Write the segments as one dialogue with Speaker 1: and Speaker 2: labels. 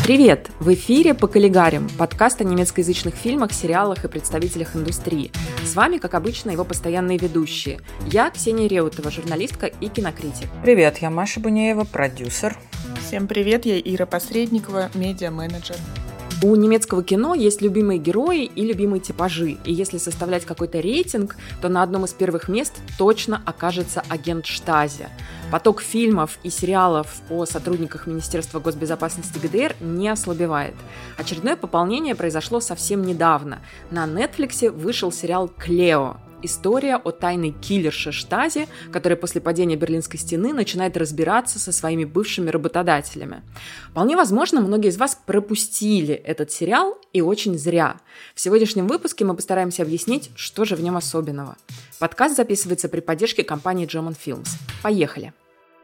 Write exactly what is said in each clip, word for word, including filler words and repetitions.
Speaker 1: Привет! В эфире «По коллегарям» – подкаст о немецкоязычных фильмах, сериалах и представителях индустрии. С вами, как обычно, его постоянные ведущие. Я Ксения Реутова, журналистка и кинокритик.
Speaker 2: Привет, я Маша Бунеева, продюсер.
Speaker 3: Всем привет, я Ира Посредникова, медиа-менеджер.
Speaker 1: У немецкого кино есть любимые герои и любимые типажи, и если составлять какой-то рейтинг, то на одном из первых мест точно окажется агент Штази. Поток фильмов и сериалов о сотрудниках Министерства госбезопасности ГДР не ослабевает. Очередное пополнение произошло совсем недавно. На Netflix вышел сериал «Клео». История о тайной киллерше Штази, которая после падения Берлинской стены начинает разбираться со своими бывшими работодателями. Вполне возможно, многие из вас пропустили этот сериал, и очень зря. В сегодняшнем выпуске мы постараемся объяснить, что же в нем особенного. Подкаст записывается при поддержке компании German Films. Поехали!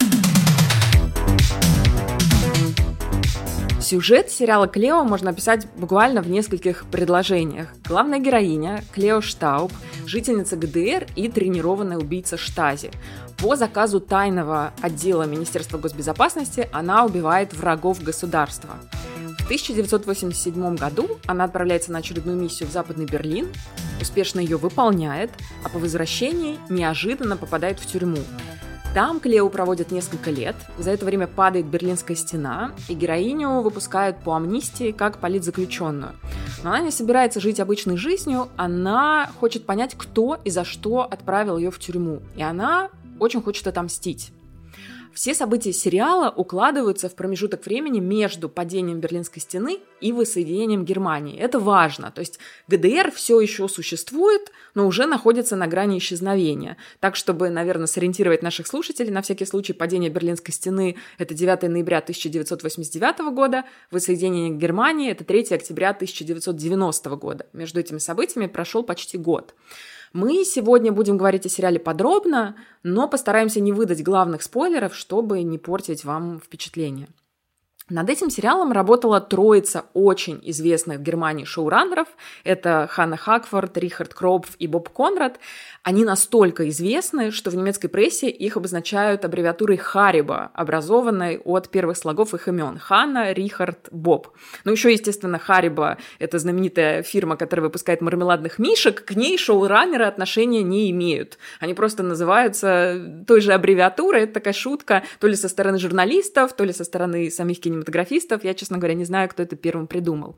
Speaker 1: Сюжет сериала «Клео» можно описать буквально в нескольких предложениях. Главная героиня – Клео Штауб, жительница ГДР и тренированная убийца Штази. По заказу тайного отдела Министерства госбезопасности она убивает врагов государства. В тысяча девятьсот восемьдесят седьмом году она отправляется на очередную миссию в Западный Берлин, успешно ее выполняет, а по возвращении неожиданно попадает в тюрьму. Там Клео проводит несколько лет, за это время падает Берлинская стена, и героиню выпускают по амнистии как политзаключенную. Но она не собирается жить обычной жизнью, она хочет понять, кто и за что отправил ее в тюрьму, и она очень хочет отомстить. Все события сериала укладываются в промежуток времени между падением Берлинской стены и воссоединением Германии. Это важно. То есть ГДР все еще существует, но уже находится на грани исчезновения. Так, чтобы, наверное, сориентировать наших слушателей, на всякий случай, падение Берлинской стены – это девятого ноября тысяча девятьсот восемьдесят девятого года, воссоединение Германии – это третьего октября тысяча девятьсот девяностого года. Между этими событиями прошел почти год. Мы сегодня будем говорить о сериале подробно, но постараемся не выдать главных спойлеров, чтобы не портить вам впечатление. Над этим сериалом работала троица очень известных в Германии шоураннеров. Это Ханна Хакфорд, Рихард Кропф и Боб Конрад. Они настолько известны, что в немецкой прессе их обозначают аббревиатурой Хариба, образованной от первых слогов их имен. Ханна, Рихард, Боб. Ну, еще, естественно, Хариба – это знаменитая фирма, которая выпускает мармеладных мишек. К ней шоураннеры отношения не имеют. Они просто называются той же аббревиатурой. Это такая шутка то ли со стороны журналистов, то ли со стороны самих кинематографистов. Я, честно говоря, не знаю, кто это первым придумал.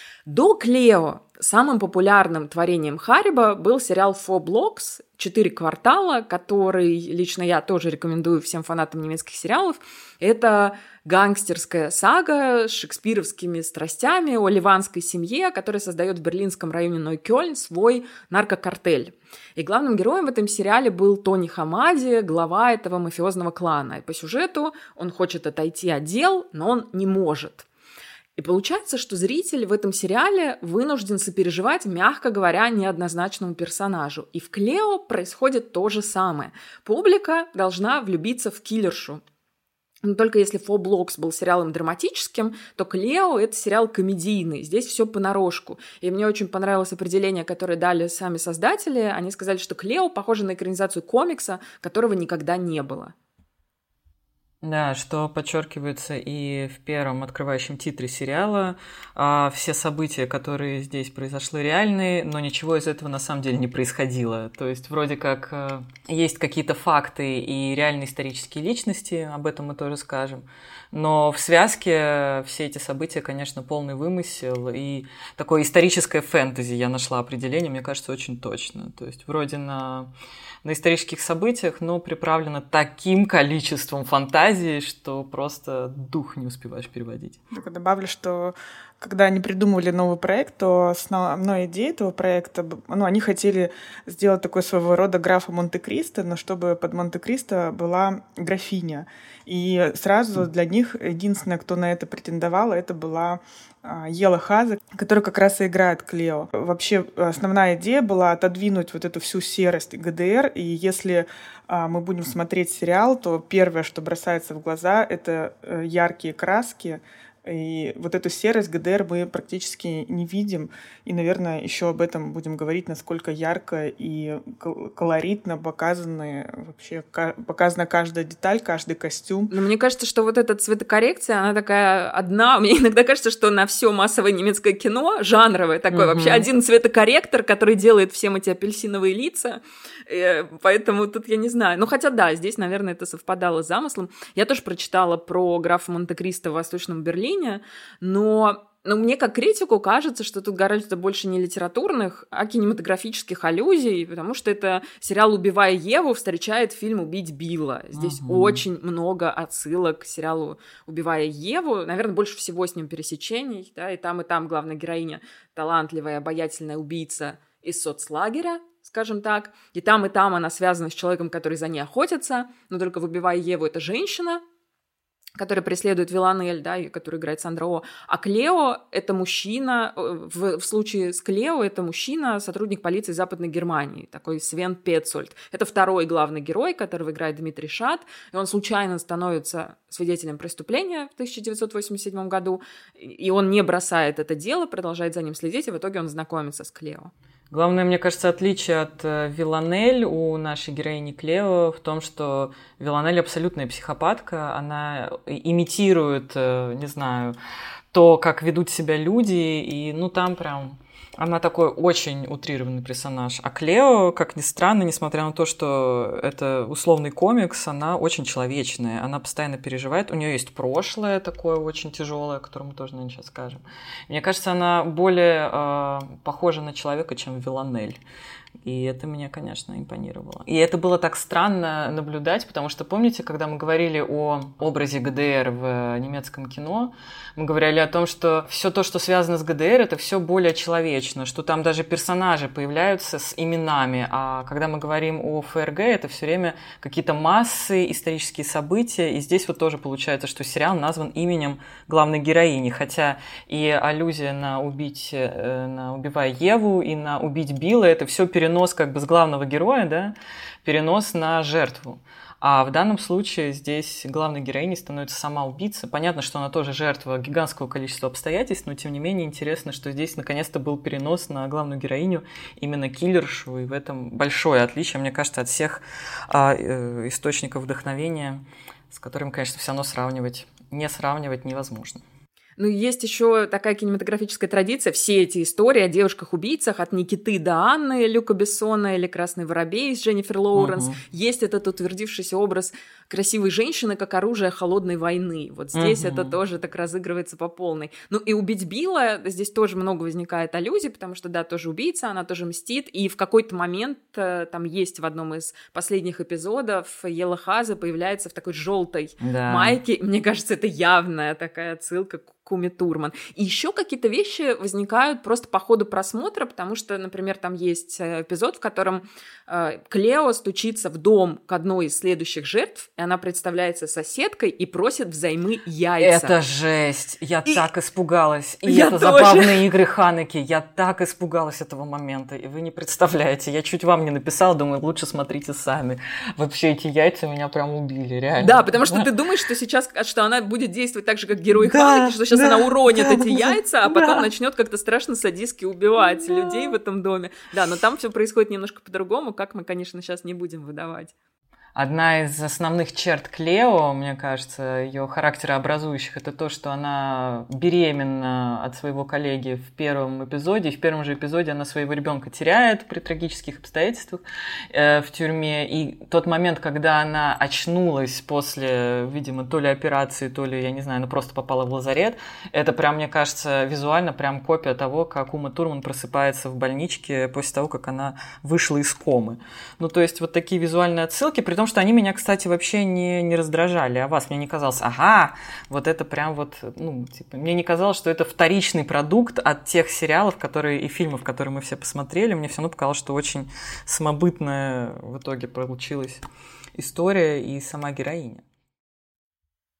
Speaker 1: До «Клео» самым популярным творением Хариба был сериал «Four Blocks», «Четыре квартала», который лично я тоже рекомендую всем фанатам немецких сериалов. Это гангстерская сага с шекспировскими страстями о ливанской семье, которая создает в берлинском районе Нойкёльн свой наркокартель. И главным героем в этом сериале был Тони Хамади, глава этого мафиозного клана. И по сюжету он хочет отойти от дел, но он не может. И получается, что зритель в этом сериале вынужден сопереживать, мягко говоря, неоднозначному персонажу. И в «Клео» происходит то же самое. Публика должна влюбиться в киллершу. Но только если «Four Blocks» был сериалом драматическим, то «Клео» — это сериал комедийный. Здесь все понарошку. И мне очень понравилось определение, которое дали сами создатели. Они сказали, что «Клео» похоже на экранизацию комикса, которого никогда не было.
Speaker 2: Да, что подчеркивается и в первом открывающем титре сериала. А, все события, которые здесь произошли, реальные, но ничего из этого на самом деле не происходило. То есть вроде как э, есть какие-то факты и реальные исторические личности, об этом мы тоже скажем. Но в связке все эти события, конечно, полный вымысел и такое историческое фэнтези. Я нашла определение, мне кажется, очень точно. То есть вроде на... на исторических событиях, но приправлено таким количеством фантазии, что просто дух не успеваешь переводить.
Speaker 3: Только добавлю, что когда они придумывали новый проект, то основной идеей этого проекта, ну, они хотели сделать такой своего рода графа Монте-Кристо, но чтобы под Монте-Кристо была графиня. И сразу для них единственное, кто на это претендовал, это была Ела Хазе, которая как раз и играет Клео. Вообще основная идея была отодвинуть вот эту всю серость ГДР, и если мы будем смотреть сериал, то первое, что бросается в глаза, это яркие краски, И вот эту серость ГДР мы практически не видим. И, наверное, еще об этом будем говорить, насколько ярко и колоритно показаны вообще показана каждая деталь, каждый костюм.
Speaker 1: Но мне кажется, что вот эта цветокоррекция, она такая одна. Мне иногда кажется, что на все массовое немецкое кино, жанровое такое, mm-hmm. вообще один цветокорректор, который делает всем эти апельсиновые лица. И поэтому тут я не знаю. Ну, хотя да, здесь, наверное, это совпадало с замыслом. Я тоже прочитала про графа Монте-Кристо в Восточном Берлине, но... Но мне как критику кажется, что тут гораздо больше не литературных, а кинематографических аллюзий, потому что это сериал «Убивая Еву» встречает фильм «Убить Билла». Здесь угу. очень много отсылок к сериалу «Убивая Еву». Наверное, больше всего с ним пересечений. Да? И там, и там главная героиня — талантливая, обаятельная убийца из соцлагеря, скажем так. И там, и там она связана с человеком, который за ней охотится. Но только в «Убивая Еву» это женщина, который преследует Виланель, да, который играет Сандра О. А Клео — это мужчина, в, в случае с Клео это мужчина, сотрудник полиции Западной Германии, такой Свен Петцольд. Это второй главный герой, которого играет Дмитрий Шат, и он случайно становится свидетелем преступления в тысяча девятьсот восемьдесят седьмом году, и он не бросает это дело, продолжает за ним следить, и в итоге он знакомится с Клео.
Speaker 2: Главное, мне кажется, отличие от Виланель у нашей героини Клео в том, что Виланель абсолютная психопатка, она имитирует, не знаю, то, как ведут себя люди, и ну там прям... Она такой очень утрированный персонаж. А Клео, как ни странно, несмотря на то, что это условный комикс, она очень человечная. Она постоянно переживает. У нее есть прошлое такое очень тяжелое, о котором мы тоже, наверное, сейчас скажем. Мне кажется, она более э, похожа на человека, чем Виланель. И это меня, конечно, импонировало. И это было так странно наблюдать, потому что, помните, когда мы говорили о образе ГДР в немецком кино, мы говорили о том, что все то, что связано с ГДР, это все более человечно, что там даже персонажи появляются с именами, а когда мы говорим о ФРГ, это все время какие-то массы, исторические события, и здесь вот тоже получается, что сериал назван именем главной героини, хотя и аллюзия на убить, на «Убивая Еву» и на «Убить Билла» — это все перенос как бы с главного героя, да, перенос на жертву. А в данном случае здесь главной героиней становится сама убийца. Понятно, что она тоже жертва гигантского количества обстоятельств, но тем не менее интересно, что здесь наконец-то был перенос на главную героиню, именно киллершу, и в этом большое отличие, мне кажется, от всех а, э, источников вдохновения, с которыми, конечно, все равно сравнивать, не сравнивать невозможно.
Speaker 1: Ну, есть еще такая кинематографическая традиция. Все эти истории о девушках-убийцах от Никиты до Анны Люка Бессона или «Красный воробей» с Дженнифер Лоуренс. Uh-huh. Есть этот утвердившийся образ красивой женщины как оружие холодной войны. Вот здесь uh-huh. это тоже так разыгрывается по полной. Ну и «Убить Билла» здесь тоже много возникает аллюзий, потому что, да, тоже убийца, она тоже мстит. И в какой-то момент там есть в одном из последних эпизодов Елла Хаза появляется в такой желтой
Speaker 2: да.
Speaker 1: майке. Мне кажется, это явная такая отсылка к Уме Турман. И еще какие-то вещи возникают просто по ходу просмотра, потому что, например, там есть эпизод, в котором э, Клео стучится в дом к одной из следующих жертв, и она представляется соседкой и просит взаймы яйца.
Speaker 2: Это жесть! Я и... так испугалась. И
Speaker 1: я
Speaker 2: это
Speaker 1: тоже.
Speaker 2: Забавные игры Ханеки. Я так испугалась этого момента. И вы не представляете. Я чуть вам не написала, думаю, лучше смотрите сами. Вообще эти яйца меня прям убили, реально.
Speaker 1: Да, потому что ты думаешь, что сейчас, что она будет действовать так же, как герой да. Ханеки, что сейчас она уронит да, эти яйца, а потом да. начнет как-то страшно садистски убивать да. людей в этом доме. Да, но там все происходит немножко по-другому, как мы, конечно, сейчас не будем выдавать.
Speaker 2: Одна из основных черт Клео, мне кажется, ее характерообразующих, это то, что она беременна от своего коллеги в первом эпизоде. И в первом же эпизоде она своего ребенка теряет при трагических обстоятельствах э, в тюрьме. И тот момент, когда она очнулась после, видимо, то ли операции, то ли, я не знаю, она просто попала в лазарет, это прям, мне кажется, визуально прям копия того, как Ума Турман просыпается в больничке после того, как она вышла из комы. Ну, то есть вот такие визуальные отсылки, при том, что они меня, кстати, вообще не, не раздражали. А вас мне не казалось, ага, вот это прям вот, ну, типа, мне не казалось, что это вторичный продукт от тех сериалов, которые и фильмов, которые мы все посмотрели. Мне все равно показалось, что очень самобытная в итоге получилась история и сама героиня.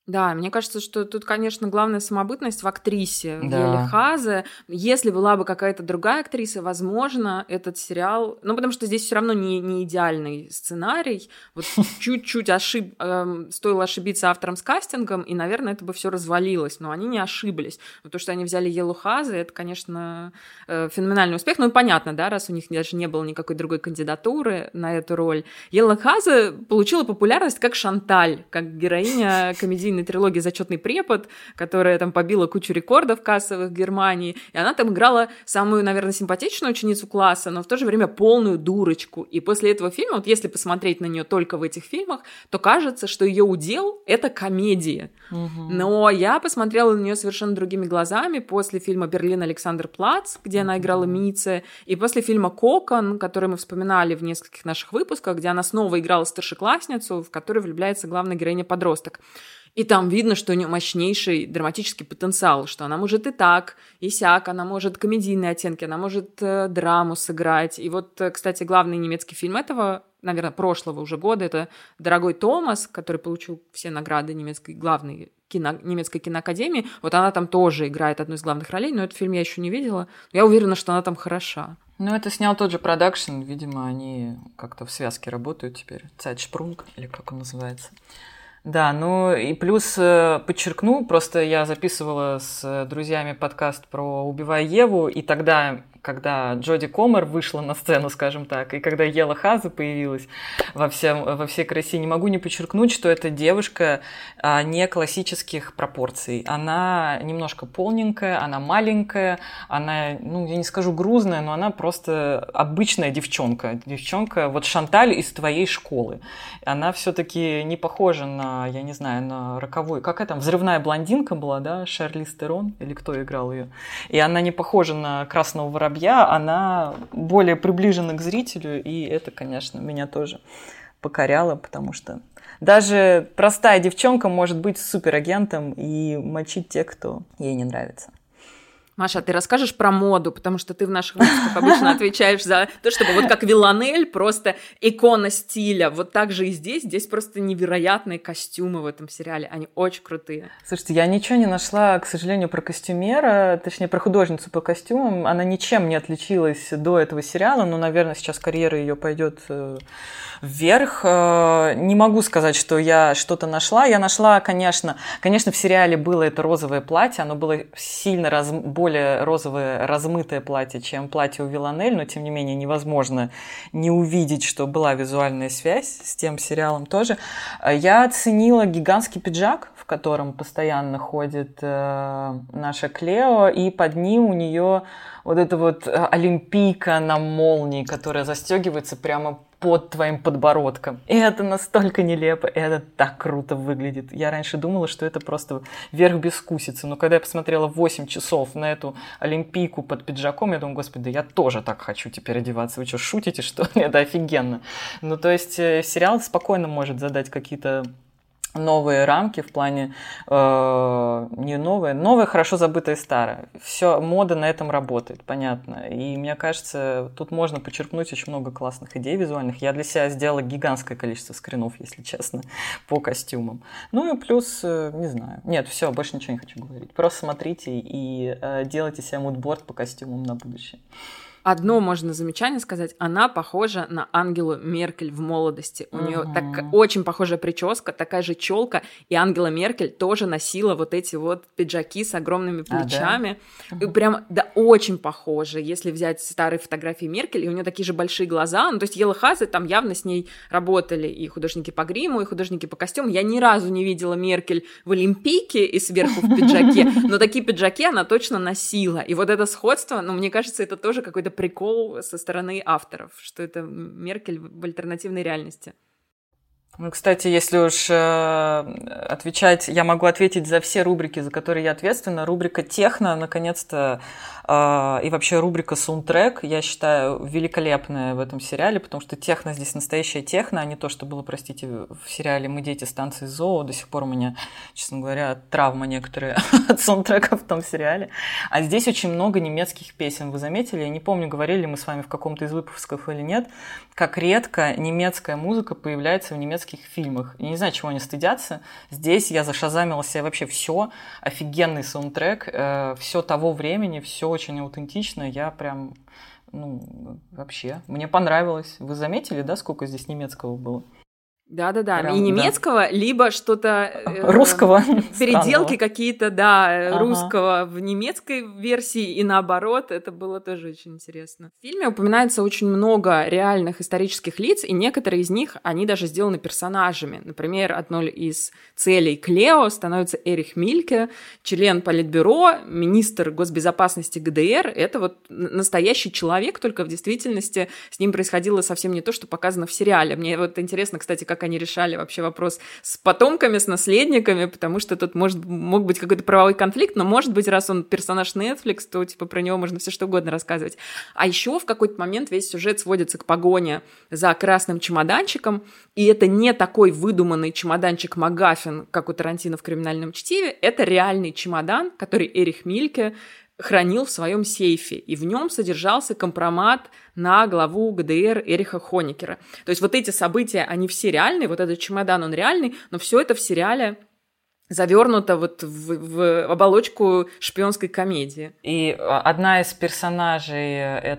Speaker 1: Да, мне кажется, что тут, конечно, главная самобытность в актрисе, в
Speaker 2: Да.
Speaker 1: Еле Хазе. Если была бы какая-то другая актриса, возможно, этот сериал... Ну, потому что здесь все равно не, не идеальный сценарий. Вот чуть-чуть ошиб... эм, стоило ошибиться автором с кастингом, и, наверное, это бы все развалилось. Но они не ошиблись. Но то, что они взяли Елу Хазе, это, конечно, э, феноменальный успех. Ну, и понятно, да, раз у них даже не было никакой другой кандидатуры на эту роль. Елла Хазе получила популярность как Шанталь, как героиня комедийной трилогии «Зачетный препод», которая там побила кучу рекордов кассовых в Германии, и она там играла самую, наверное, симпатичную ученицу класса, но в то же время полную дурочку. И после этого фильма, вот если посмотреть на нее только в этих фильмах, то кажется, что ее удел — это комедия. Угу. Но я посмотрела на нее совершенно другими глазами после фильма «Берлин. Александерплац», где она играла Митце, и после фильма «Кокон», который мы вспоминали в нескольких наших выпусках, где она снова играла старшеклассницу, в которой влюбляется главная героиня-подросток. И там видно, что у нее мощнейший драматический потенциал, что она может и так, и сяк, она может комедийные оттенки, она может э, драму сыграть. И вот, кстати, главный немецкий фильм этого, наверное, прошлого уже года, это «Дорогой Томас», который получил все награды немецкой, главной кино, немецкой киноакадемии. Вот она там тоже играет одну из главных ролей, но этот фильм я еще не видела. Я уверена, что она там хороша.
Speaker 2: Ну, это снял тот же продакшн, видимо, они как-то в связке работают теперь. Zeitsprung, или как он называется. Да, ну и плюс подчеркну, просто я записывала с друзьями подкаст про «Убивая Еву», и тогда, когда Джоди Комер вышла на сцену, скажем так, и когда Елла Хазе появилась во, всем, во всей красе, не могу не подчеркнуть, что эта девушка а, не классических пропорций. Она немножко полненькая, она маленькая, она, ну, я не скажу грузная, но она просто обычная девчонка. Девчонка, вот Шанталь из твоей школы. Она все-таки не похожа на, я не знаю, на роковую... Какая там взрывная блондинка была, да? Шарлиз Терон? Или кто играл ее? И она не похожа на красного воробья, она более приближена к зрителю, и это, конечно, меня тоже покоряло, потому что даже простая девчонка может быть суперагентом и мочить тех, кто ей не нравится.
Speaker 1: Маша, ты расскажешь про моду, потому что ты в наших выпусках обычно отвечаешь за то, чтобы вот как Виланель, просто икона стиля, вот так же и здесь. Здесь просто невероятные костюмы в этом сериале, они очень крутые.
Speaker 2: Слушайте, я ничего не нашла, к сожалению, про костюмера, точнее, про художницу по костюмам. Она ничем не отличилась до этого сериала, но, наверное, сейчас карьера ее пойдет вверх. Не могу сказать, что я что-то нашла. Я нашла, конечно, конечно, в сериале было это розовое платье, оно было сильно раз... более розовое, размытое платье, чем платье у Виланель, но, тем не менее, невозможно не увидеть, что была визуальная связь с тем сериалом тоже. Я оценила гигантский пиджак, в котором постоянно ходит э, наша Клео, и под ним у нее вот эта вот олимпийка на молнии, которая застегивается прямо под твоим подбородком. И это настолько нелепо, и это так круто выглядит. Я раньше думала, что это просто верх бескусицы, но когда я посмотрела восемь часов на эту олимпийку под пиджаком, я думаю, господи, да я тоже так хочу теперь одеваться. Вы что, шутите, что ли? Это офигенно. Ну, то есть сериал спокойно может задать какие-то новые рамки в плане э, не новые, новое, хорошо забытое старое. Все, мода на этом работает, понятно. И мне кажется, тут можно подчеркнуть очень много классных идей визуальных. Я для себя сделала гигантское количество скринов, если честно, по костюмам. Ну и плюс, э, не знаю. Нет, все, больше ничего не хочу говорить. Просто смотрите и э, делайте себе мудборд по костюмам на будущее.
Speaker 1: Одно можно замечание сказать, она похожа на Ангелу Меркель в молодости. У uh-huh. нее так, очень похожая прическа, такая же челка, и Ангела Меркель тоже носила вот эти вот пиджаки с огромными плечами. А, да? Uh-huh. И прям, да, очень похоже, если взять старые фотографии Меркель, и у нее такие же большие глаза. Ну, то есть Елла Хазе, там явно с ней работали и художники по гриму, и художники по костюму. Я ни разу не видела Меркель в олимпийке и сверху в пиджаке, но такие пиджаки она точно носила. И вот это сходство, ну, мне кажется, это тоже какой-то прикол со стороны авторов, что это Меркель в альтернативной реальности.
Speaker 2: Ну, кстати, если уж э, отвечать, я могу ответить за все рубрики, за которые я ответственна. Рубрика «Техно», наконец-то, э, и вообще рубрика «Саундтрек», я считаю, великолепная в этом сериале, потому что техно здесь настоящая техно, а не то, что было, простите, в сериале «Мы дети станции ЗОО». До сих пор у меня, честно говоря, травма некоторые от саундтрека в том сериале. А здесь очень много немецких песен, вы заметили? Я не помню, говорили мы с вами в каком-то из выпусков или нет, как редко немецкая музыка появляется в немецких немецких фильмах. Я не знаю, чего они стыдятся. Здесь я зашазамила себе вообще все. Офигенный саундтрек, э, все того времени, все очень аутентично. Я прям, ну, вообще, мне понравилось. Вы заметили, да, сколько здесь немецкого было?
Speaker 1: Да-да-да,
Speaker 2: Прям,
Speaker 1: и немецкого, да. либо что-то...
Speaker 2: Э, русского.
Speaker 1: Переделки какие-то, да, ага. русского в немецкой версии, и наоборот, это было тоже очень интересно. В фильме упоминается очень много реальных исторических лиц, и некоторые из них, они даже сделаны персонажами. Например, одной из целей Клео становится Эрих Мильке, член Политбюро, министр госбезопасности ГДР. Это вот настоящий человек, только в действительности с ним происходило совсем не то, что показано в сериале. Мне вот интересно, кстати, как как они решали вообще вопрос с потомками, с наследниками, потому что тут может, мог быть какой-то правовой конфликт, но, может быть, раз он персонаж Netflix, то типа про него можно все что угодно рассказывать. А еще в какой-то момент весь сюжет сводится к погоне за красным чемоданчиком, и это не такой выдуманный чемоданчик МакГаффин, как у Тарантино в «Криминальном чтиве», это реальный чемодан, который Эрих Мильке хранил в своем сейфе, и в нем содержался компромат на главу ГДР Эриха Хонекера. То есть вот эти события, они все реальные, вот этот чемодан, он реальный, но все это в сериале завернуто вот в, в оболочку шпионской комедии.
Speaker 2: И одна из персонажей —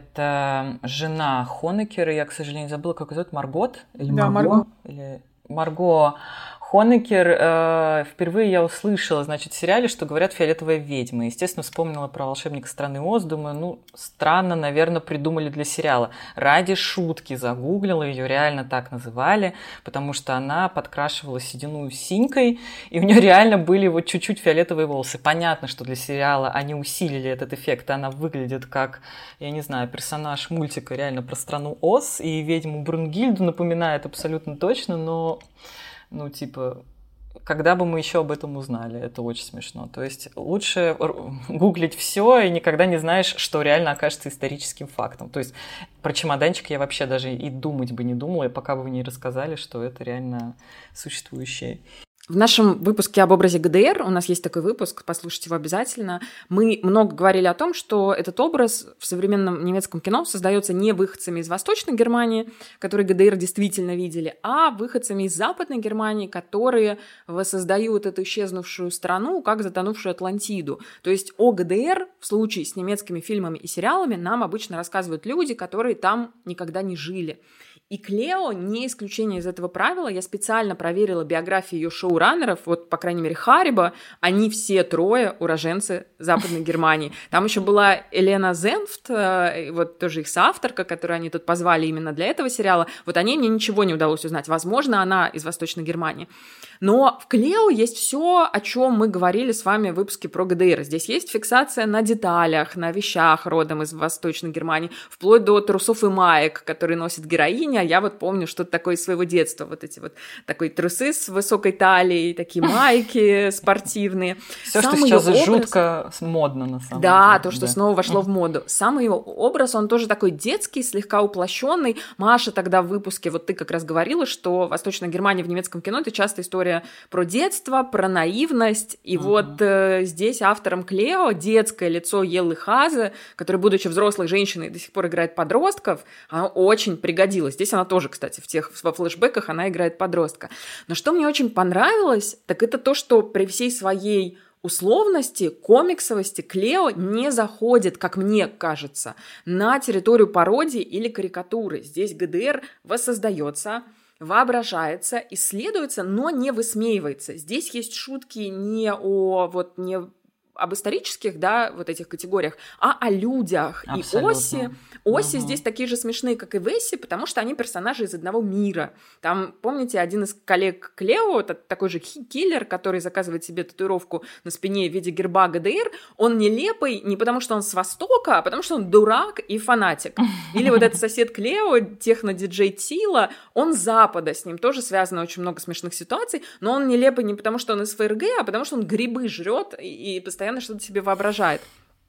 Speaker 2: это жена Хонекера, я, к сожалению, забыла, как ее зовут, Маргот? Или
Speaker 3: да,
Speaker 2: Марго?
Speaker 3: Марго.
Speaker 2: Или Марго Хонекер. Э, впервые я услышала, значит, в сериале, что говорят «фиолетовая ведьма». Естественно, вспомнила про «Волшебника страны Оз». Думаю, ну, странно, наверное, придумали для сериала. Ради шутки загуглила, ее реально так называли, потому что она подкрашивала седину синькой, и у нее реально были вот чуть-чуть фиолетовые волосы. Понятно, что для сериала они усилили этот эффект, и она выглядит как, я не знаю, персонаж мультика реально про страну Оз, и ведьму Брунгильду напоминает абсолютно точно, но... Ну, типа, когда бы мы еще об этом узнали? Это очень смешно. То есть лучше гуглить все, и никогда не знаешь, что реально окажется историческим фактом. То есть про чемоданчик я вообще даже и думать бы не думала, и пока бы вы не рассказали, что это реально существующее.
Speaker 1: В нашем выпуске об образе ГДР, у нас есть такой выпуск, послушайте его обязательно, мы много говорили о том, что этот образ в современном немецком кино создается не выходцами из Восточной Германии, которые ГДР действительно видели, а выходцами из Западной Германии, которые воссоздают эту исчезнувшую страну как затонувшую Атлантиду. То есть о ГДР в случае с немецкими фильмами и сериалами нам обычно рассказывают люди, которые там никогда не жили. И Клео не исключение из этого правила. Я специально проверила биографии ее шоураннеров, вот, по крайней мере, Харибо. Они все трое уроженцы Западной Германии. Там еще была Елена Зенфт, вот тоже их соавторка, которую они тут позвали именно для этого сериала. Вот о ней мне ничего не удалось узнать. Возможно, она из Восточной Германии. Но в Клео есть все, о чем мы говорили с вами в выпуске про ГДР. Здесь есть фиксация на деталях, на вещах родом из Восточной Германии, вплоть до трусов и маек, которые носит героиня. Я вот помню что-то такое из своего детства. Вот эти вот такие трусы с высокой талией, такие майки спортивные.
Speaker 2: Все, что сейчас образ... жутко модно, на самом
Speaker 1: да,
Speaker 2: деле.
Speaker 1: То, что
Speaker 2: да.
Speaker 1: снова вошло в моду. Сам его образ, он тоже такой детский, слегка уплощенный. Маша тогда в выпуске, вот ты как раз говорила, что Восточная Германия в немецком кино — это часто история про детство, про наивность. И uh-huh. вот э, здесь автором Клео детское лицо Еллы Хазе, которая, будучи взрослой женщиной, до сих пор играет подростков, она очень пригодилась. Здесь она тоже, кстати, в тех, во флешбеках она играет подростка. Но что мне очень понравилось, так это то, что при всей своей условности, комиксовости Клео не заходит, как мне кажется, на территорию пародии или карикатуры. Здесь ГДР воссоздается, воображается, исследуется, но не высмеивается. Здесь есть шутки не о вот не об исторических, да, вот этих категориях, а о людях. Абсолютно. И Оси, Оси угу. здесь такие же смешные, как и Весси, потому что они персонажи из одного мира. Там, помните, один из коллег Клео, такой же киллер, который заказывает себе татуировку на спине в виде герба ГДР, он нелепый не потому, что он с Востока, а потому, что он дурак и фанатик. Или вот этот сосед Клео, техно-диджей Тила, он с Запада, с ним тоже связано очень много смешных ситуаций, но он нелепый не потому, что он из ФРГ, а потому, что он грибы жрет и постоянно что-то себе воображает.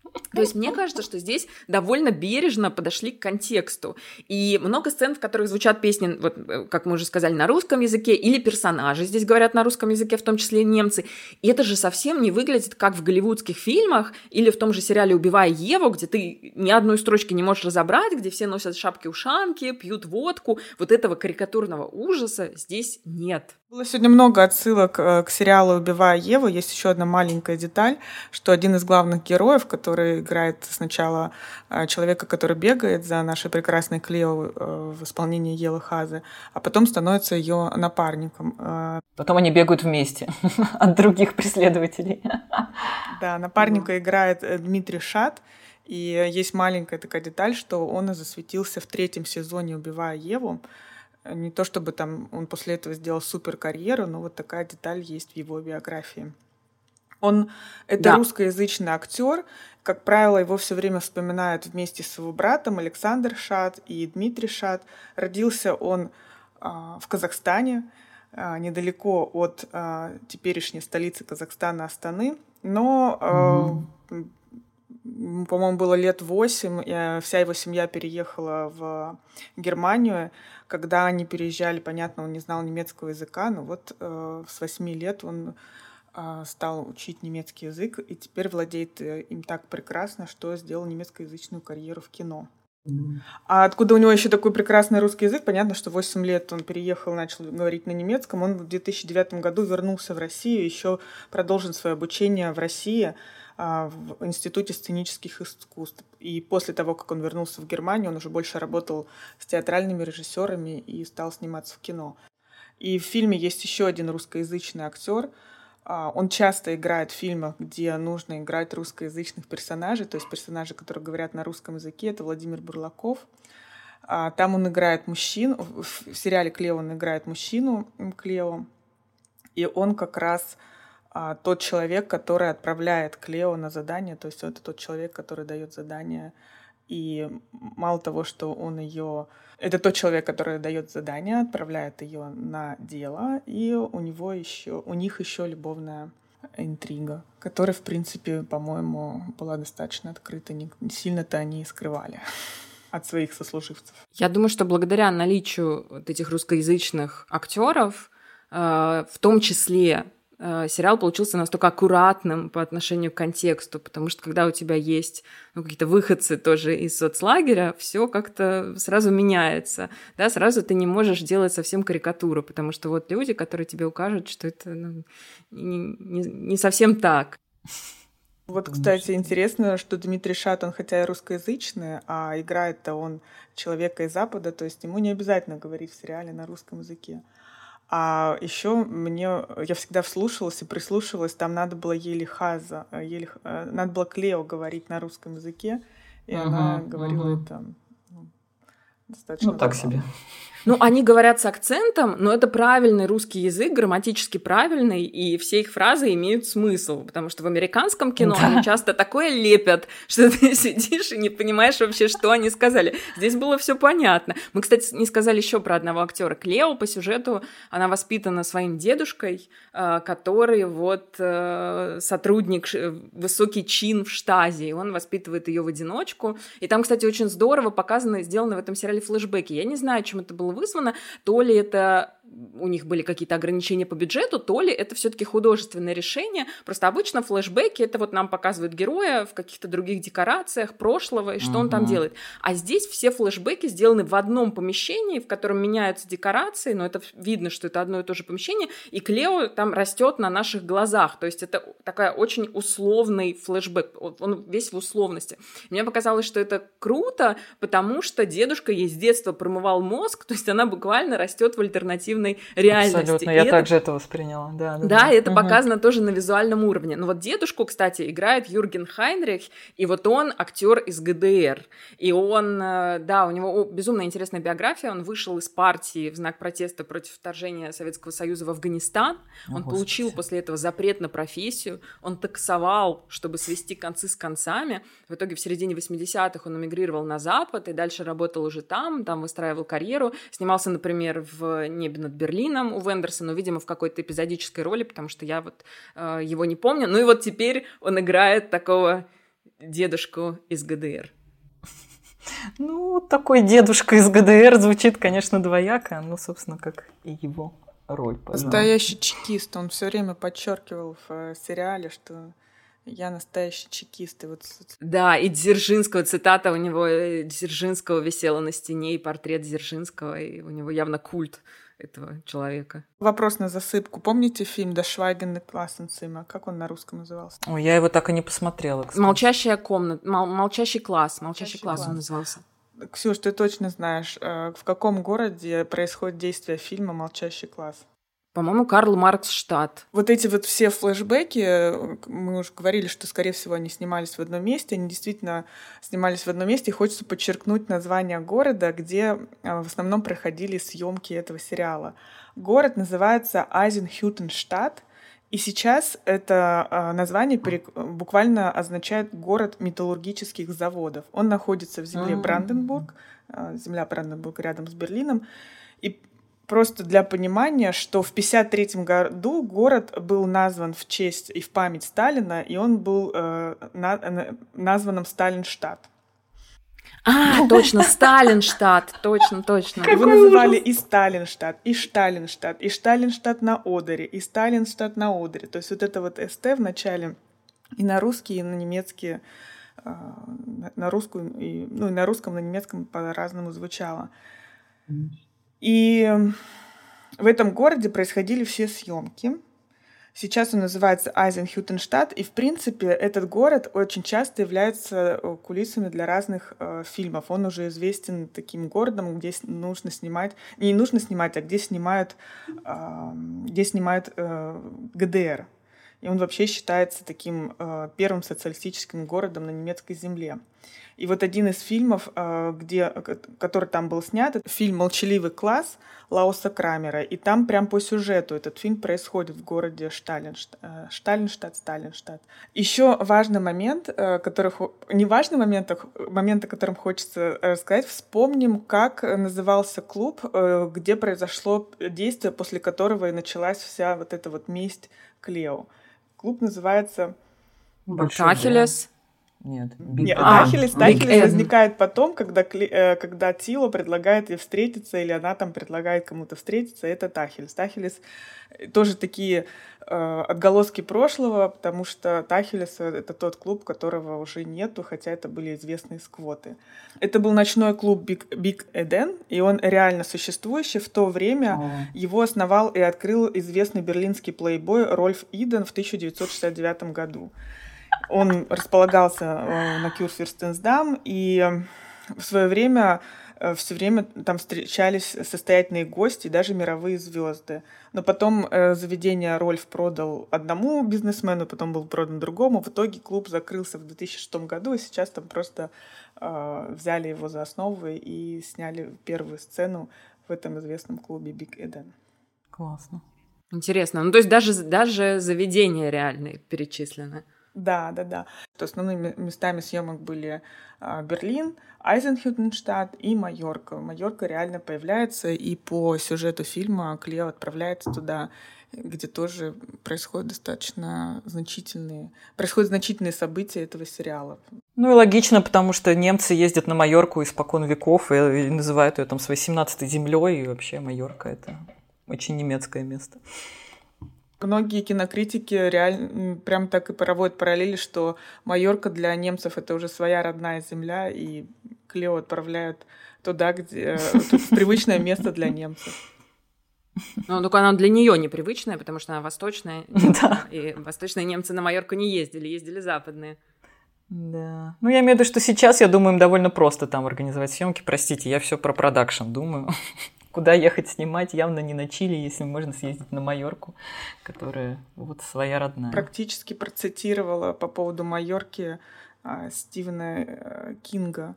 Speaker 1: То есть мне кажется, что здесь довольно бережно подошли к контексту. И много сцен, в которых звучат песни, вот, как мы уже сказали, на русском языке, или персонажи здесь говорят на русском языке, в том числе и немцы. И это же совсем не выглядит, как в голливудских фильмах или в том же сериале «Убивая Еву», где ты ни одной строчки не можешь разобрать, где все носят шапки-ушанки, пьют водку. Вот этого карикатурного ужаса здесь нет.
Speaker 3: Было сегодня много отсылок к сериалу «Убивая Еву». Есть еще одна маленькая деталь, что один из главных героев, который играет сначала человека, который бегает за нашей прекрасной Клео в исполнении Елы Хазы, а потом становится ее напарником.
Speaker 2: Потом они бегают вместе от других преследователей.
Speaker 3: Да, напарника играет Дмитрий Шат. И есть маленькая такая деталь, что он и засветился в третьем сезоне «Убивая Еву». Не то чтобы там он после этого сделал супер карьеру, но вот такая деталь есть в его биографии. Он это да. русскоязычный актер. Как правило, его все время вспоминают вместе с его братом Александр Шат и Дмитрий Шат. Родился он а, в Казахстане, а, недалеко от а, теперешней столицы Казахстана Астаны. Но, а, mm-hmm. по-моему, было лет восемь, и вся его семья переехала в Германию. Когда они переезжали, понятно, он не знал немецкого языка, но вот э, с восьми лет он э, стал учить немецкий язык и теперь владеет им так прекрасно, что сделал немецкоязычную карьеру в кино. Mm-hmm. А откуда у него еще такой прекрасный русский язык? Понятно, что в восемь лет он переехал, начал говорить на немецком. Он в две тысячи девятом году вернулся в Россию, еще продолжил свое обучение в России в Институте сценических искусств. И после того, как он вернулся в Германию, он уже больше работал с театральными режиссерами и стал сниматься в кино. И в фильме есть еще один русскоязычный актер. Он часто играет в фильмах, где нужно играть русскоязычных персонажей, то есть персонажи, которые говорят на русском языке. Это Владимир Бурлаков. Там он играет мужчину. В сериале «Клео» он играет мужчину Клео. И он как раз тот человек, который отправляет Клео на задание, то есть это тот человек, который дает задание. И мало того, что он ее... Это тот человек, который дает задание, отправляет ее на дело, и у него еще, у них еще любовная интрига, которая, в принципе, по-моему, была достаточно открыта. Не сильно-то они и скрывали от своих сослуживцев.
Speaker 1: Я думаю, что благодаря наличию вот этих русскоязычных актеров, э, в том числе сериал получился настолько аккуратным по отношению к контексту, потому что когда у тебя есть ну, какие-то выходцы тоже из соцлагеря, все как-то сразу меняется, да, сразу ты не можешь делать совсем карикатуру, потому что вот люди, которые тебе укажут, что это ну, не, не, не совсем так.
Speaker 3: Вот, кстати, интересно, что Дмитрий Шат, он хотя и русскоязычный, а играет-то он человека из Запада, то есть ему не обязательно говорить в сериале на русском языке. А еще мне, я всегда вслушивалась и прислушивалась, там надо было Еле Хаза, Еле, надо было Клео говорить на русском языке, и uh-huh, она говорила uh-huh. это ну, достаточно...
Speaker 2: Ну, так себе.
Speaker 1: Ну, они говорят с акцентом, но это правильный русский язык, грамматически правильный, и все их фразы имеют смысл, потому что в американском кино да. они часто такое лепят, что ты сидишь и не понимаешь вообще, что они сказали. Здесь было все понятно. Мы, кстати, не сказали еще про одного актера. Клео по сюжету, она воспитана своим дедушкой, который вот сотрудник, высокий чин в штазе, и он воспитывает ее в одиночку. И там, кстати, очень здорово показано, сделано в этом сериале флешбеки. Я не знаю, чем это было вызвано, то ли это у них были какие-то ограничения по бюджету, то ли это все-таки художественное решение. Просто обычно флешбеки — это вот нам показывают героя в каких-то других декорациях прошлого, и что uh-huh. он там делает. А здесь все флешбеки сделаны в одном помещении, в котором меняются декорации, но это видно, что это одно и то же помещение, и Клео там растет на наших глазах. То есть это такая очень условный флешбэк, он весь в условности. Мне показалось, что это круто, потому что дедушка ей с детства промывал мозг, то есть она буквально растет в альтернативной реальности.
Speaker 2: Абсолютно,
Speaker 1: и
Speaker 2: я
Speaker 1: это...
Speaker 2: также это восприняла. Да, да,
Speaker 1: да,
Speaker 2: да.
Speaker 1: это
Speaker 2: угу.
Speaker 1: показано тоже на визуальном уровне. Но вот дедушку, кстати, играет Юрген Хайнрих, и вот он актер из ГДР. И он, да, у него безумно интересная биография. Он вышел из партии в знак протеста против вторжения Советского Союза в Афганистан. О, он Господи. Получил после этого запрет на профессию. Он таксовал, чтобы свести концы с концами. В итоге в середине восьмидесятых он эмигрировал на Запад и дальше работал уже там, там выстраивал карьеру. Снимался, например, в «Небе над Берлином» у Вендерса, но, видимо, в какой-то эпизодической роли, потому что я вот э, его не помню. Ну и вот теперь он играет такого дедушку из ГДР?
Speaker 2: Ну, такой дедушка из ГДР звучит, конечно, двояко, но, собственно, как и его роль. Пожалуй.
Speaker 3: Настоящий чекист. Он все время подчеркивал в сериале, что я настоящий чекист. И вот...
Speaker 1: Да, и Дзержинского, цитата у него Дзержинского висела на стене, и портрет Дзержинского, и у него явно культ этого человека.
Speaker 3: Вопрос на засыпку. Помните фильм «Das Schweigende Klassenzimmer»? Как он на русском назывался?
Speaker 2: Ой, я его так и не посмотрела, кстати.
Speaker 1: «Молчащая комната», мол, «Молчащий класс», «Молчащий, Молчащий класс»
Speaker 3: класс
Speaker 1: он назывался.
Speaker 3: Ксюш, ты точно знаешь, в каком городе происходит действие фильма «Молчащий класс»?
Speaker 1: По-моему, Карл Маркс штат.
Speaker 3: Вот эти вот все флешбеки, мы уже говорили, что, скорее всего, они снимались в одном месте, они действительно снимались в одном месте, и хочется подчеркнуть название города, где в основном проходили съемки этого сериала. Город называется Айзенхютенштадт, и сейчас это название буквально означает «город металлургических заводов». Он находится в земле Бранденбург, земля Бранденбург рядом с Берлином, и просто для понимания, что в пятьдесят третьем году город был назван в честь и в память Сталина, и он был э, на, названным Сталинштадт.
Speaker 1: А, точно, Сталинштадт, точно, точно.
Speaker 3: Его называли и Сталинштадт, и Шталинштадт, и Шталинштадт на Одере, и Сталинштадт на Одере. То есть вот это вот СТ в начале и на русский, и на немецкий, э, на русскую, и, ну, и на русском, и на немецком по-разному звучало. И в этом городе происходили все съемки. Сейчас он называется Айзенхютенштадт, и, в принципе, этот город очень часто является кулисами для разных э, фильмов. Он уже известен таким городом, где нужно снимать, не нужно снимать, а где снимают, э, где снимают э, ГДР. И он вообще считается таким э, первым социалистическим городом на немецкой земле. И вот один из фильмов, где, который там был снят, это фильм «Молчаливый класс» Лауса Крамера. И там прям по сюжету этот фильм происходит в городе Шталинштадт, Шталинштадт, Сталинштадт. Еще важный момент, который, не важный момент, а момент, о котором хочется рассказать, вспомним, как назывался клуб, где произошло действие, после которого и началась вся вот эта вот месть Клео. Клуб называется
Speaker 1: «Тахелес».
Speaker 2: Нет.
Speaker 3: Нет, а, Тахелес, Тахелес возникает потом, когда, когда Тило предлагает ей встретиться, или она там предлагает кому-то встретиться, это Тахелес. Тахелес тоже такие э, отголоски прошлого, потому что Тахелес — это тот клуб, которого уже нету, хотя это были известные сквоты. Это был ночной клуб Big, Big Eden, и он реально существующий. В то время oh. его основал и открыл известный берлинский плейбой Рольф Иден в тысяча девятьсот шестьдесят девятом году. Он располагался на Кюрфюрстенсдам, и в свое время все время там встречались состоятельные гости, даже мировые звезды. Но потом заведение Рольф продал одному бизнесмену, потом был продан другому. В итоге клуб закрылся в две тысячи шестом году, и сейчас там просто взяли его за основу и сняли первую сцену в этом известном клубе Big Eden.
Speaker 2: Классно.
Speaker 1: Интересно. Ну, то есть даже, даже заведения реальные перечислены.
Speaker 3: Да, да, да. Основными местами съемок были а, Берлин, Айзенхютенштадт и Майорка. Майорка реально появляется, и по сюжету фильма Клео отправляется туда, где тоже происходят достаточно значительные, происходят значительные события этого сериала.
Speaker 2: Ну и логично, потому что немцы ездят на Майорку испокон веков и, и называют ее там своей семнадцатой землей, и вообще Майорка — это очень немецкое место.
Speaker 3: Многие кинокритики реально прям так и проводят параллели, что Майорка для немцев — это уже своя родная земля, и Клео отправляют туда, где тут привычное место для немцев.
Speaker 1: Ну, только она для нее непривычная, потому что она восточная,
Speaker 2: да.
Speaker 1: И восточные немцы на Майорку не ездили, ездили западные.
Speaker 2: Да. Ну, я имею в виду, что сейчас, я думаю, им довольно просто там организовать съемки. Простите, я все про продакшн думаю. Куда ехать снимать, явно не на Чили, если можно съездить на Майорку, которая вот своя родная.
Speaker 3: Практически процитировала по поводу Майорки а, Стивена а, Кинга.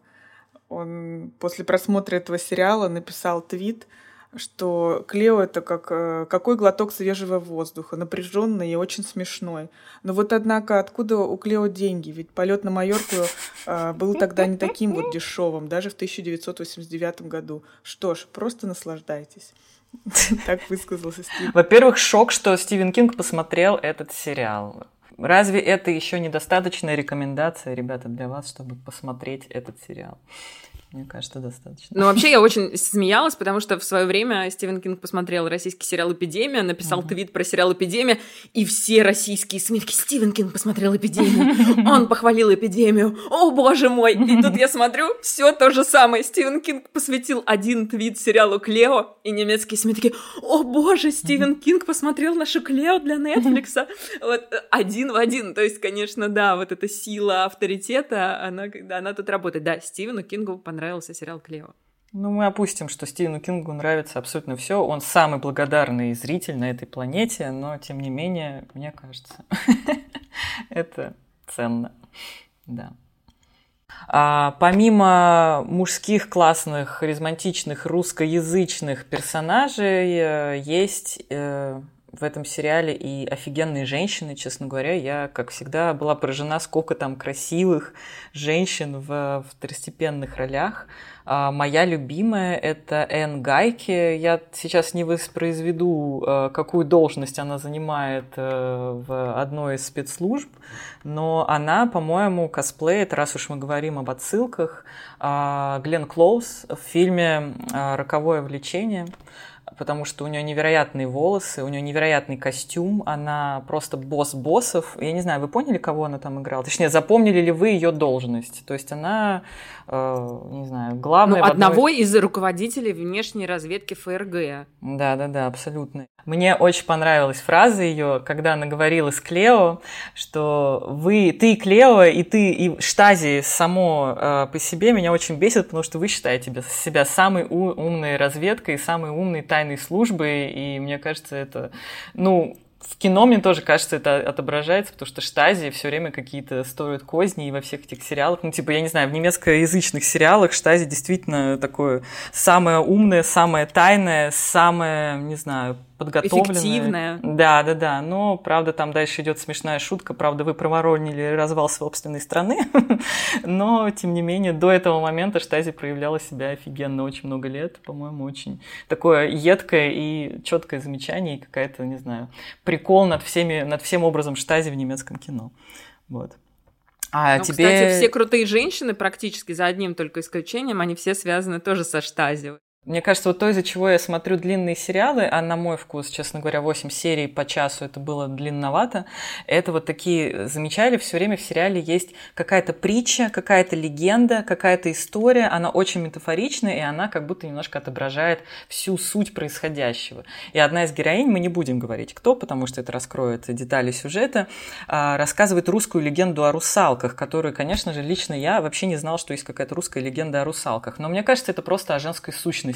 Speaker 3: Он после просмотра этого сериала написал твит, что Клео — это как какой глоток свежего воздуха, напряженный и очень смешной. Но вот однако откуда у Клео деньги? Ведь полет на Майорку э, был тогда не таким вот дешевым, даже в тысяча девятьсот восемьдесят девятом году. Что ж, просто наслаждайтесь. Так высказался Стив.
Speaker 2: Во-первых, шок, что Стивен Кинг посмотрел этот сериал. разве это еще недостаточная рекомендация, ребята, для вас, чтобы посмотреть этот сериал? Мне кажется, достаточно.
Speaker 1: Ну, вообще, я очень смеялась, потому что в свое время Стивен Кинг посмотрел российский сериал «Эпидемия», написал uh-huh. твит про сериал «Эпидемия», и все российские СМИ такие: Стивен Кинг посмотрел «Эпидемию», он похвалил «Эпидемию», о, боже мой! И тут я смотрю, все то же самое. Стивен Кинг посвятил один твит сериалу «Клео», и немецкие СМИ такие: о, боже, Стивен Кинг посмотрел нашу «Клео» для Нетфликса. Вот один в один. То есть, конечно, да, вот эта сила авторитета, она, она тут работает. Да, Стивену Кингу понравилось. Нравился сериал «Клео».
Speaker 2: Ну, мы опустим, что Стивену Кингу нравится абсолютно все. Он самый благодарный зритель на этой планете, но, тем не менее, мне кажется, это ценно. Да. А, помимо мужских классных, харизматичных, русскоязычных персонажей, есть... в этом сериале и офигенные женщины, честно говоря. Я, как всегда, была поражена, сколько там красивых женщин в второстепенных ролях. А моя любимая — это Энн Гайки. Я сейчас не воспроизведу, какую должность она занимает в одной из спецслужб, но она, по-моему, косплеит, раз уж мы говорим об отсылках, Гленн Клоуз в фильме «Роковое влечение», потому что у нее невероятные волосы, у нее невероятный костюм, она просто босс боссов. Я не знаю, вы поняли, кого она там играла? Точнее, запомнили ли вы ее должность? То есть она, э, не знаю, главная...
Speaker 1: Ну, одного
Speaker 2: одной...
Speaker 1: из руководителей внешней разведки ФРГ.
Speaker 2: Да-да-да, абсолютно. Мне очень понравилась фраза ее, когда она говорила с Клео, что вы, ты, Клео, и ты, и Штази само э, по себе меня очень бесит, потому что вы считаете себя самой у- умной разведкой, самой умной тайной службой, и мне кажется, это, ну... В кино, мне тоже кажется, это отображается, потому что Штази все время какие-то строят козни, и во всех этих сериалах, ну, типа, я не знаю, в немецкоязычных сериалах Штази действительно такое самое умное, самое тайное, самое, не знаю, подготовленное.
Speaker 1: Эффективное.
Speaker 2: Да, да, да. Но, правда, там дальше идет смешная шутка. Правда, вы проворонили развал собственной страны. Но, тем не менее, до этого момента Штази проявляла себя офигенно очень много лет. По-моему, очень такое едкое и четкое замечание, и какая-то, не знаю, прикол над всеми, над всем образом Штази в немецком кино. Вот. А
Speaker 1: ну,
Speaker 2: тебе...
Speaker 1: Кстати, все крутые женщины практически, за одним только исключением, они все связаны тоже со Штази.
Speaker 2: Мне кажется, вот то, из-за чего я смотрю длинные сериалы, а на мой вкус, честно говоря, восемь серий по часу это было длинновато, это вот такие, замечали, все время в сериале есть какая-то притча, какая-то легенда, какая-то история, она очень метафоричная, и она как будто немножко отображает всю суть происходящего. И одна из героинь, мы не будем говорить кто, потому что это раскроет детали сюжета, рассказывает русскую легенду о русалках, которую, конечно же, лично я вообще не знал, что есть какая-то русская легенда о русалках. Но мне кажется, это просто о женской сущности.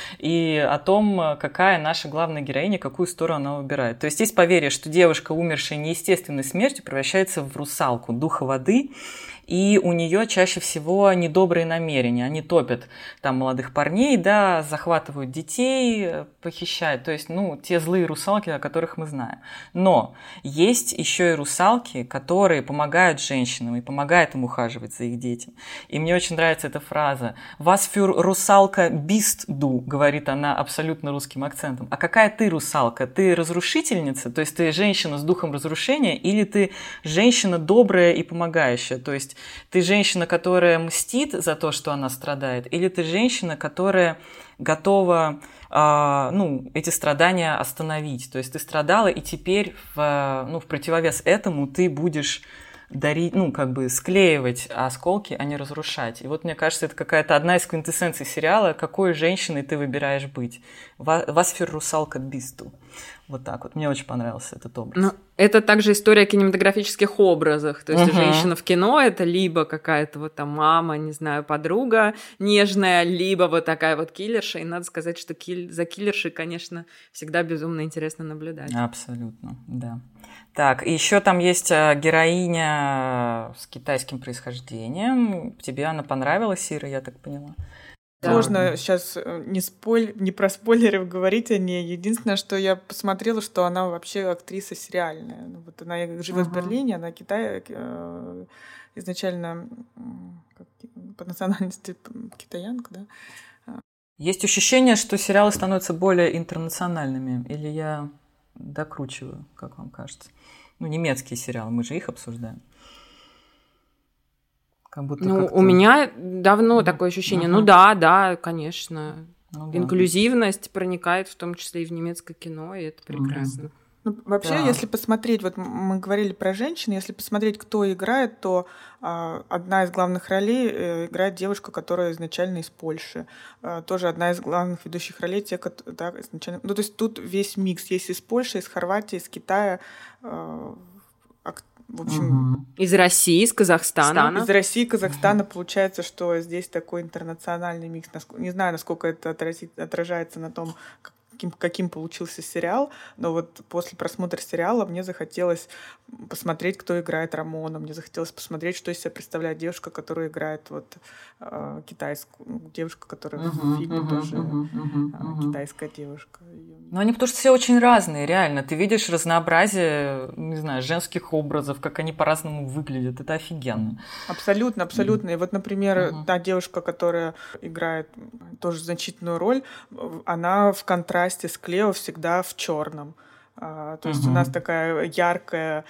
Speaker 2: И о том, какая наша главная героиня, какую сторону она выбирает. То есть есть поверье, что девушка, умершая неестественной смертью, превращается в русалку, духа воды, и у нее чаще всего недобрые намерения. Они топят там молодых парней, да, захватывают детей, похищают. То есть, ну, те злые русалки, о которых мы знаем. Но есть еще и русалки, которые помогают женщинам и помогают им ухаживать за их детьми. И мне очень нравится эта фраза. «Was für русалка bist du?» говорит она абсолютно русским акцентом. А какая ты русалка? Ты разрушительница? То есть ты женщина с духом разрушения или ты женщина добрая и помогающая? То есть ты женщина, которая мстит за то, что она страдает, или ты женщина, которая готова э, ну, эти страдания остановить. То есть ты страдала, и теперь в, ну, в противовес этому ты будешь дарить, ну, как бы склеивать осколки, а не разрушать. И вот, мне кажется, это какая-то одна из квинтэссенций сериала, какой женщиной ты выбираешь быть. «Was für русалка bist du?» Вот так вот. Мне очень понравился этот образ.
Speaker 1: Ну, это также история о кинематографических образах. То есть uh-huh. женщина в кино — это либо какая-то вот там мама, не знаю, подруга нежная, либо вот такая вот киллерша. И надо сказать, что киль... за киллершей, конечно, всегда безумно интересно наблюдать.
Speaker 2: Абсолютно, да. Так, еще там есть героиня с китайским происхождением. Тебе она понравилась, Ира, я так поняла?
Speaker 3: Сложно да. сейчас не, спойль... не про спойлеров говорить о ней. Единственное, что я посмотрела, что она вообще актриса сериальная. Вот она живет uh-huh. в Берлине, она Китай... изначально как... по национальности китаянка, да?
Speaker 2: Есть ощущение, что сериалы становятся более интернациональными, или я докручиваю, как вам кажется? Ну, немецкие сериалы, мы же их обсуждаем.
Speaker 1: Как будто ну, как-то... у меня давно mm-hmm. такое ощущение. Mm-hmm. Ну да, да, конечно. Ну, да. Инклюзивность проникает в том числе и в немецкое кино, и это прекрасно. Mm-hmm.
Speaker 3: Ну, вообще, да. если посмотреть, вот мы говорили про женщин, если посмотреть, кто играет, то а, одна из главных ролей э, играет девушка, которая изначально из Польши. А, тоже одна из главных ведущих ролей, те, которые да, изначально... Ну, то есть тут весь микс есть из Польши, из Хорватии, из Китая, а, в общем...
Speaker 1: Угу. Из России, из Казахстана.
Speaker 3: Из России, Казахстана. Угу. Получается, что здесь такой интернациональный микс. Не знаю, насколько это отражается на том, Каким, каким получился сериал, но вот после просмотра сериала мне захотелось посмотреть, кто играет Рамона, мне захотелось посмотреть, что из себя представляет девушка, которая играет вот э, китайскую, девушка, которая uh-huh, в фильме uh-huh, тоже uh-huh, uh-huh, uh-huh. китайская девушка.
Speaker 2: Ну, они потому что все очень разные, реально. Ты видишь разнообразие, не знаю, женских образов, как они по-разному выглядят. Это офигенно.
Speaker 3: Абсолютно, абсолютно. Uh-huh. И вот, например, uh-huh. та девушка, которая играет тоже значительную роль, она в контрасте с Клео всегда в черном. А, то есть uh-huh. у нас такая яркая,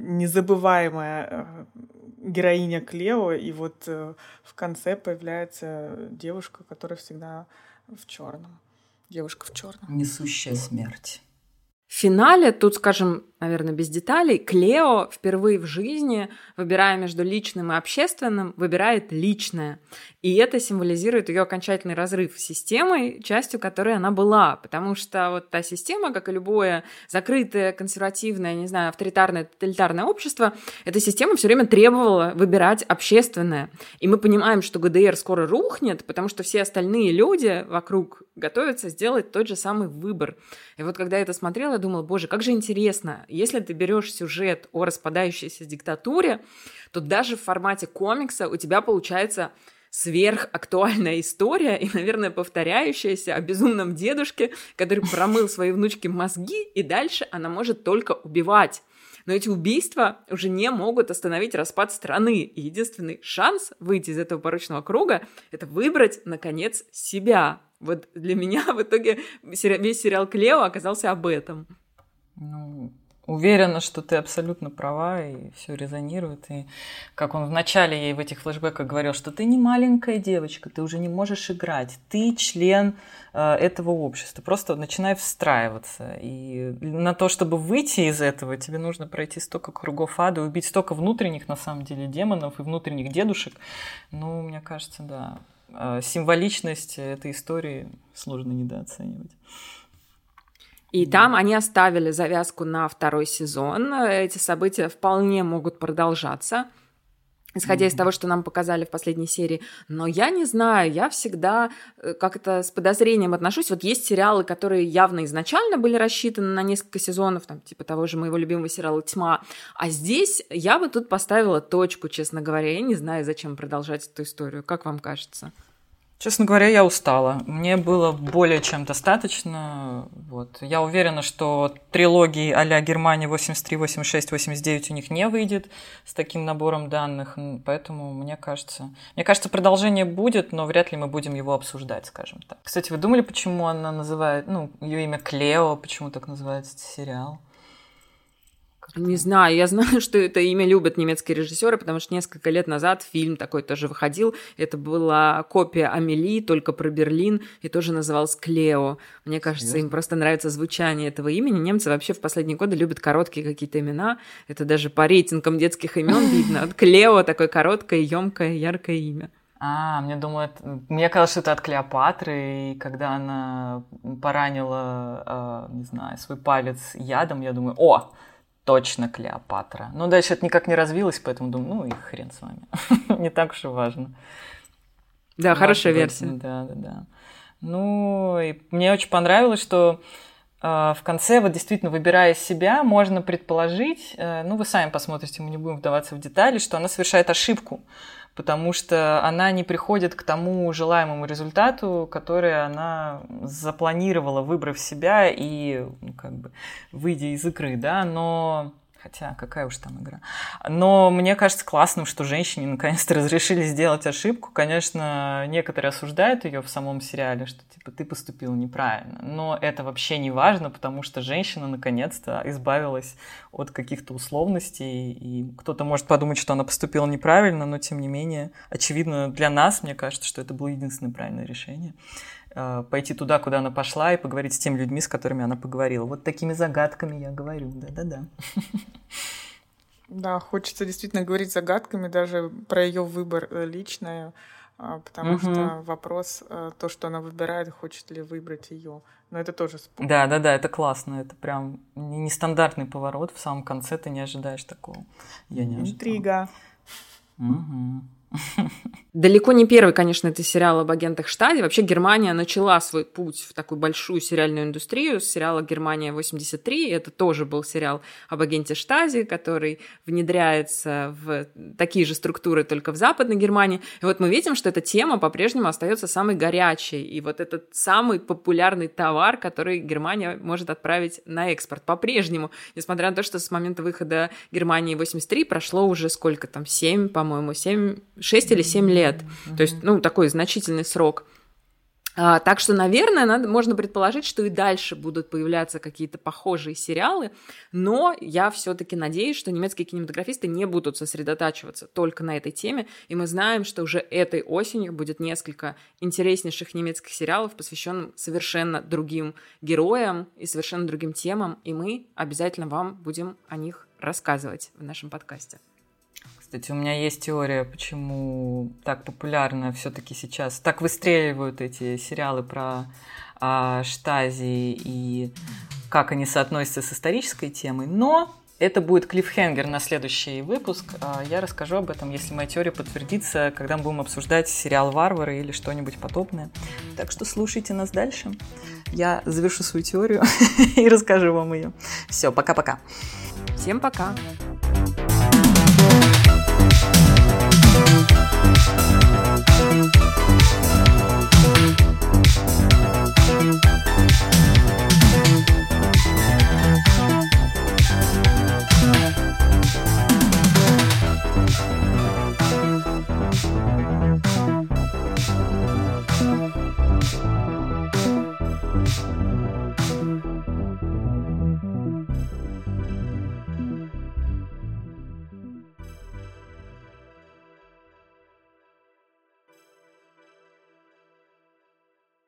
Speaker 3: незабываемая героиня Клео, и вот в конце появляется девушка, которая всегда в черном. Девушка в черном.
Speaker 2: Несущая смерть.
Speaker 1: В финале, тут, скажем, наверное, без деталей, Клео впервые в жизни, выбирая между личным и общественным, выбирает личное. И это символизирует ее окончательный разрыв с системой, частью которой она была. Потому что вот та система, как и любое закрытое, консервативное, не знаю, авторитарное, тоталитарное общество, эта система все время требовала выбирать общественное. И мы понимаем, что ГДР скоро рухнет, потому что все остальные люди вокруг готовятся сделать тот же самый выбор. И вот когда я это смотрела, я думала, боже, как же интересно. Если ты берешь сюжет о распадающейся диктатуре, то даже в формате комикса у тебя получается сверхактуальная история и, наверное, повторяющаяся о безумном дедушке, который промыл своей внучке мозги, и дальше она может только убивать. Но эти убийства уже не могут остановить распад страны. И единственный шанс выйти из этого порочного круга – это выбрать, наконец, себя. Вот для меня в итоге весь сериал «Клео» оказался об этом.
Speaker 2: Ну, уверена, что ты абсолютно права, и все резонирует. И как он вначале ей в этих флешбеках говорил, что ты не маленькая девочка, ты уже не можешь играть, ты член э, этого общества, просто начинай встраиваться. И на то, чтобы выйти из этого, тебе нужно пройти столько кругов ада, убить столько внутренних, на самом деле, демонов и внутренних дедушек. Ну, мне кажется, да, э, символичность этой истории сложно недооценивать.
Speaker 1: И там они оставили завязку на второй сезон. Эти события вполне могут продолжаться, исходя mm-hmm. из того, что нам показали в последней серии. Но я не знаю, я всегда как-то с подозрением отношусь. Вот есть сериалы, которые явно изначально были рассчитаны на несколько сезонов, там, типа того же моего любимого сериала «Тьма». А здесь я бы тут поставила точку, честно говоря. Я не знаю, зачем продолжать эту историю. Как вам кажется?
Speaker 2: Честно говоря, я устала. Мне было более чем достаточно. Вот. Я уверена, что трилогии а-ля Германия восемьдесят три, восемьдесят шесть, восемьдесят девять у них не выйдет с таким набором данных. Поэтому, мне кажется... Мне кажется, продолжение будет, но вряд ли мы будем его обсуждать, скажем так. Кстати, вы думали, почему она называет... Ну, ее имя Клео, почему так называется сериал?
Speaker 1: Не знаю, я знаю, что это имя любят немецкие режиссеры, потому что несколько лет назад фильм такой тоже выходил. Это была копия Амели, только про Берлин, и тоже назывался Клео. Мне кажется, Серьезно? Им просто нравится звучание этого имени. Немцы вообще в последние годы любят короткие какие-то имена. Это даже по рейтингам детских имен видно. Вот Клео такое короткое, ёмкое, яркое имя.
Speaker 2: А, мне думаю, это... мне казалось, что это от Клеопатры, и когда она поранила, не знаю, свой палец ядом, я думаю, о, точно Клеопатра. Но дальше это никак не развилось, поэтому думаю, ну и хрен с вами. Не так уж и важно.
Speaker 1: Да, Может хорошая быть, версия.
Speaker 2: Да, да, да. Ну, и мне очень понравилось, что э, в конце, вот действительно, выбирая себя, можно предположить, э, ну, вы сами посмотрите, мы не будем вдаваться в детали, что она совершает ошибку, потому что она не приходит к тому желаемому результату, который она запланировала, выбрав себя и, ну, как бы, выйдя из игры, да, но Хотя, какая уж там игра. Но мне кажется классным, что женщине наконец-то разрешили сделать ошибку. Конечно, некоторые осуждают ее в самом сериале, что типа ты поступил неправильно. Но это вообще не важно, потому что женщина наконец-то избавилась от каких-то условностей. И кто-то может подумать, что она поступила неправильно, но тем не менее, очевидно, для нас, мне кажется, что это было единственное правильное решение. Пойти туда, куда она пошла, и поговорить с теми людьми, с которыми она поговорила. Вот такими загадками я говорю. Да-да-да.
Speaker 3: Да, хочется действительно говорить загадками даже про ее выбор личный, потому угу. что вопрос, то, что она выбирает, хочет ли выбрать ее. Но это тоже спор.
Speaker 2: Да-да-да, это классно. Это прям нестандартный поворот. В самом конце ты не ожидаешь такого. Я не ожидала.
Speaker 3: Интрига.
Speaker 2: Угу.
Speaker 1: Далеко не первый, конечно, это сериал об агентах Штази. Вообще Германия начала свой путь в такую большую сериальную индустрию с сериала «Германия восемьдесят три». Это тоже был сериал об агенте Штази, который внедряется в такие же структуры, только в Западной Германии. И вот мы видим, что эта тема по-прежнему остается самой горячей. И вот этот самый популярный товар, который Германия может отправить на экспорт по-прежнему. Несмотря на то, что с момента выхода «Германии восемьдесят три» прошло уже сколько там, семь, по-моему, семь... шесть или семь лет. Mm-hmm. То есть, ну, такой значительный срок. А, так что, наверное, надо, можно предположить, что и дальше будут появляться какие-то похожие сериалы, но я все-таки надеюсь, что немецкие кинематографисты не будут сосредотачиваться только на этой теме, и мы знаем, что уже этой осенью будет несколько интереснейших немецких сериалов, посвященных совершенно другим героям и совершенно другим темам, и мы обязательно вам будем о них рассказывать в нашем подкасте.
Speaker 2: Кстати, у меня есть теория, почему так популярно все-таки сейчас, так выстреливают эти сериалы про а, Штази и как они соотносятся с исторической темой, но это будет клиффхенгер на следующий выпуск. Я расскажу об этом, если моя теория подтвердится, когда мы будем обсуждать сериал «Варвары» или что-нибудь подобное. Так что слушайте нас дальше. Я завершу свою теорию и расскажу вам ее. Все, пока-пока.
Speaker 1: Всем пока.
Speaker 4: Thank you.